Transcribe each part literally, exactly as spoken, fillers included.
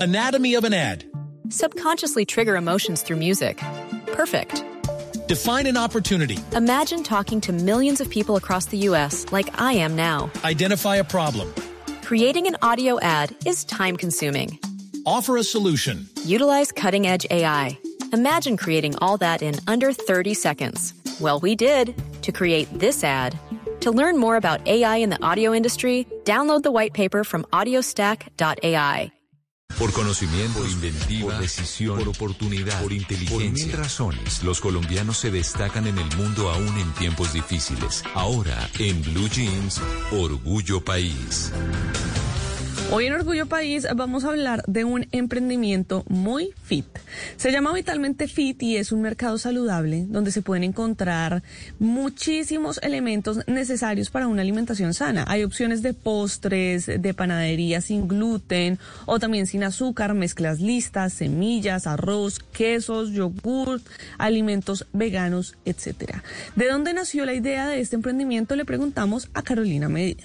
Anatomy of an ad. Subconsciously trigger emotions through music. Perfect. Define an opportunity. Imagine talking to millions of people across the U S like I am now. Identify a problem. Creating an audio ad is time-consuming. Offer a solution. Utilize cutting-edge A I. Imagine creating all that in under thirty seconds. Well, we did to create this ad. To learn more about A I in the audio industry, download the white paper from audiostack dot A I. Por conocimiento, por inventiva, por decisión, por oportunidad, por inteligencia. Por mil razones, los colombianos se destacan en el mundo aún en tiempos difíciles. Ahora, en Blue Jeans, Orgullo País. Hoy en Orgullo País vamos a hablar de un emprendimiento muy fit. Se llama Vitalmente Fit y es un mercado saludable donde se pueden encontrar muchísimos elementos necesarios para una alimentación sana. Hay opciones de postres, de panadería sin gluten o también sin azúcar, mezclas listas, semillas, arroz, quesos, yogur, alimentos veganos, etcétera. ¿De dónde nació la idea de este emprendimiento? Le preguntamos a Carolina Medina.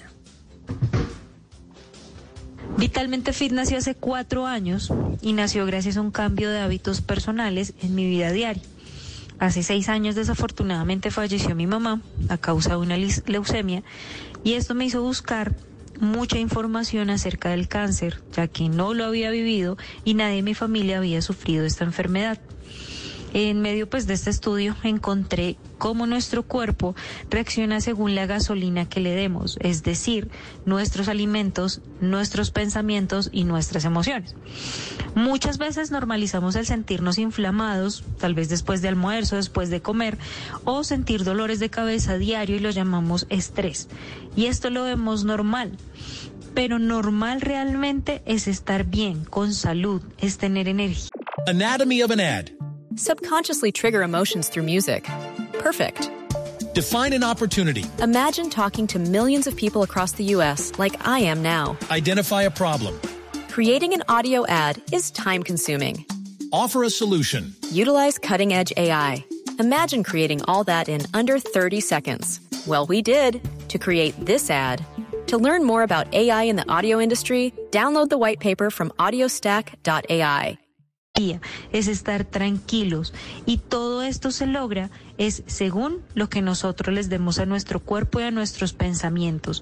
Vitalmente Fit nació hace cuatro años y nació gracias a un cambio de hábitos personales en mi vida diaria. Hace seis años desafortunadamente falleció mi mamá a causa de una leucemia y esto me hizo buscar mucha información acerca del cáncer, ya que no lo había vivido y nadie en mi familia había sufrido esta enfermedad. En medio pues de este estudio encontré cómo nuestro cuerpo reacciona según la gasolina que le demos, es decir, nuestros alimentos, nuestros pensamientos y nuestras emociones. Muchas veces normalizamos el sentirnos inflamados, tal vez después de almuerzo, después de comer, o sentir dolores de cabeza diario y lo llamamos estrés. Y esto lo vemos normal. Pero normal realmente es estar bien, con salud, es tener energía. Anatomy of an ad. Subconsciously trigger emotions through music. Perfect. Define an opportunity. Imagine talking to millions of people across the U S like I am now. Identify a problem. Creating an audio ad is time-consuming. Offer a solution. Utilize cutting-edge A I. Imagine creating all that in under thirty seconds. Well, we did to create this ad. To learn more about A I in the audio industry, download the white paper from audiostack dot A I. Es estar tranquilos y todo esto se logra es según lo que nosotros les demos a nuestro cuerpo y a nuestros pensamientos.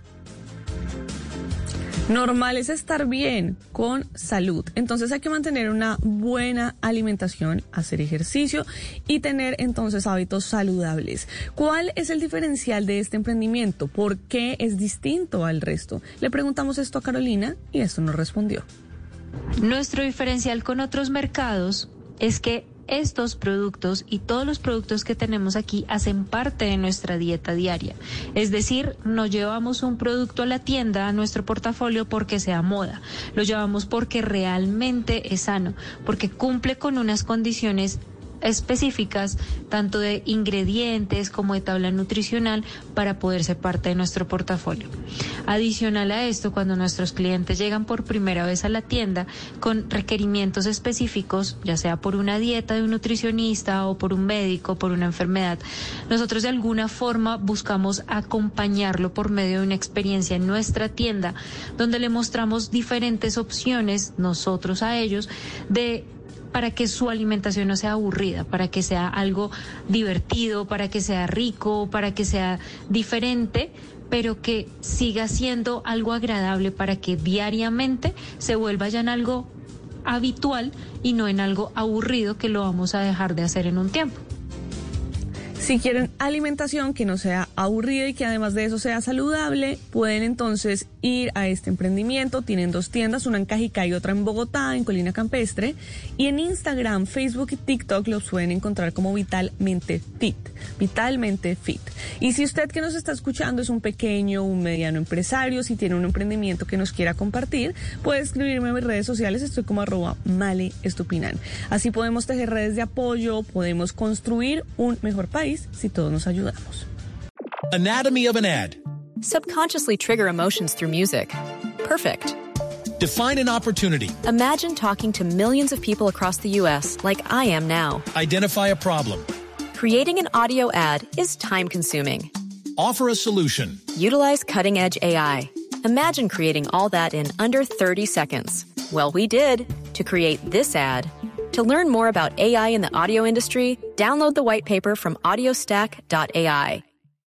Normal es estar bien, con salud. Entonces hay que mantener una buena alimentación, hacer ejercicio y tener entonces hábitos saludables. ¿Cuál es el diferencial de este emprendimiento? ¿Por qué es distinto al resto? Le preguntamos esto a Carolina y esto nos respondió. Nuestro diferencial con otros mercados es que estos productos y todos los productos que tenemos aquí hacen parte de nuestra dieta diaria. Es decir, no llevamos un producto a la tienda, a nuestro portafolio porque sea moda. Lo llevamos porque realmente es sano, porque cumple con unas condiciones específicas, tanto de ingredientes como de tabla nutricional, para poder ser parte de nuestro portafolio. Adicional a esto, cuando nuestros clientes llegan por primera vez a la tienda con requerimientos específicos, ya sea por una dieta de un nutricionista o por un médico, por una enfermedad, nosotros de alguna forma buscamos acompañarlo por medio de una experiencia en nuestra tienda, donde le mostramos diferentes opciones, nosotros a ellos, de para que su alimentación no sea aburrida, para que sea algo divertido, para que sea rico, para que sea diferente, pero que siga siendo algo agradable, para que diariamente se vuelva ya en algo habitual y no en algo aburrido que lo vamos a dejar de hacer en un tiempo. Si quieren alimentación que no sea aburrida y que además de eso sea saludable, pueden entonces ir a este emprendimiento. Tienen dos tiendas, una en Cajicá y otra en Bogotá, en Colina Campestre. Y en Instagram, Facebook y TikTok los pueden encontrar como Vitalmente Fit. Vitalmente Fit. Y si usted que nos está escuchando es un pequeño, un mediano empresario, si tiene un emprendimiento que nos quiera compartir, puede escribirme en mis redes sociales. Estoy como arroba Male Estupinan. Así podemos tejer redes de apoyo, podemos construir un mejor país si todos nos ayudamos. Anatomy of an ad. Subconsciously trigger emotions through music. Perfect. Define an opportunity. Imagine talking to millions of people across the U S like I am now. Identify a problem. Creating an audio ad is time-consuming. Offer a solution. Utilize cutting-edge A I. Imagine creating all that in under thirty seconds. Well, we did to create this ad. To learn more about A I in the audio industry, download the white paper from audiostack dot A I.